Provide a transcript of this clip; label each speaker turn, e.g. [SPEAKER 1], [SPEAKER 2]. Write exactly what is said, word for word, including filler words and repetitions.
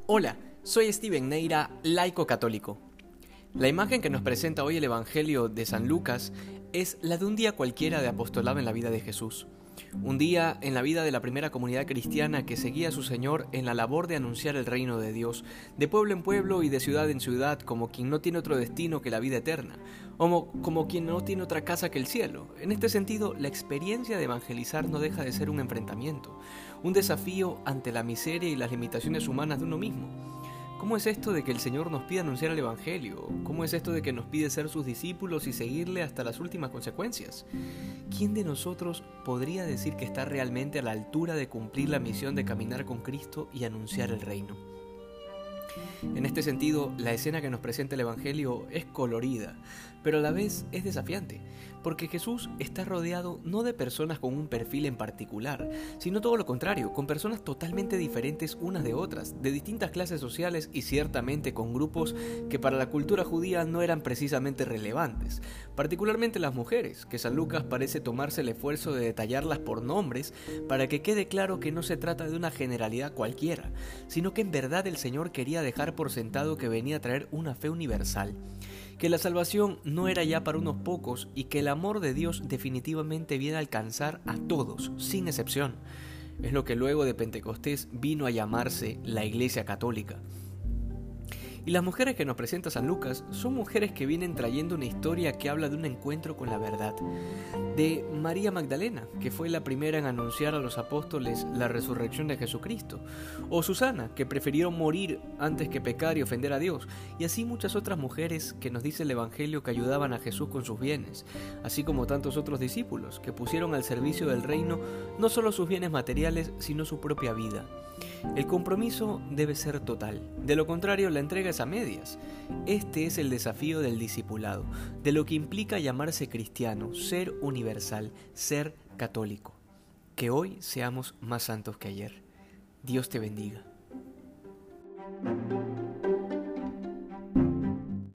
[SPEAKER 1] Hola, soy Steven Neira, laico católico. La imagen que nos presenta hoy el Evangelio de San Lucas es la de un día cualquiera de apostolado en la vida de Jesús. Un día en la vida de la primera comunidad cristiana que seguía a su Señor en la labor de anunciar el reino de Dios, de pueblo en pueblo y de ciudad en ciudad, como quien no tiene otro destino que la vida eterna, o como quien no tiene otra casa que el cielo. En este sentido, la experiencia de evangelizar no deja de ser un enfrentamiento, un desafío ante la miseria y las limitaciones humanas de uno mismo. ¿Cómo es esto de que el Señor nos pide anunciar el Evangelio? ¿Cómo es esto de que nos pide ser sus discípulos y seguirle hasta las últimas consecuencias? ¿Quién de nosotros podría decir que está realmente a la altura de cumplir la misión de caminar con Cristo y anunciar el reino? En este sentido, la escena que nos presenta el Evangelio es colorida, pero a la vez es desafiante, porque Jesús está rodeado no de personas con un perfil en particular, sino todo lo contrario, con personas totalmente diferentes unas de otras, de distintas clases sociales y ciertamente con grupos que para la cultura judía no eran precisamente relevantes, particularmente las mujeres, que San Lucas parece tomarse el esfuerzo de detallarlas por nombres para que quede claro que no se trata de una generalidad cualquiera, sino que en verdad el Señor quería dejar por sentado que venía a traer una fe universal, que la salvación no era ya para unos pocos y que el amor de Dios definitivamente viene a alcanzar a todos, sin excepción. Es lo que luego de Pentecostés vino a llamarse la Iglesia Católica. Y las mujeres que nos presenta San Lucas son mujeres que vienen trayendo una historia que habla de un encuentro con la verdad. De María Magdalena, que fue la primera en anunciar a los apóstoles la resurrección de Jesucristo. O Susana, que prefirió morir antes que pecar y ofender a Dios. Y así muchas otras mujeres que nos dice el Evangelio que ayudaban a Jesús con sus bienes. Así como tantos otros discípulos que pusieron al servicio del reino no solo sus bienes materiales, sino su propia vida. El compromiso debe ser total, de lo contrario la entrega es a medias. Este es el desafío del discipulado, de lo que implica llamarse cristiano, ser universal, ser católico. Que hoy seamos más santos que ayer. Dios te bendiga.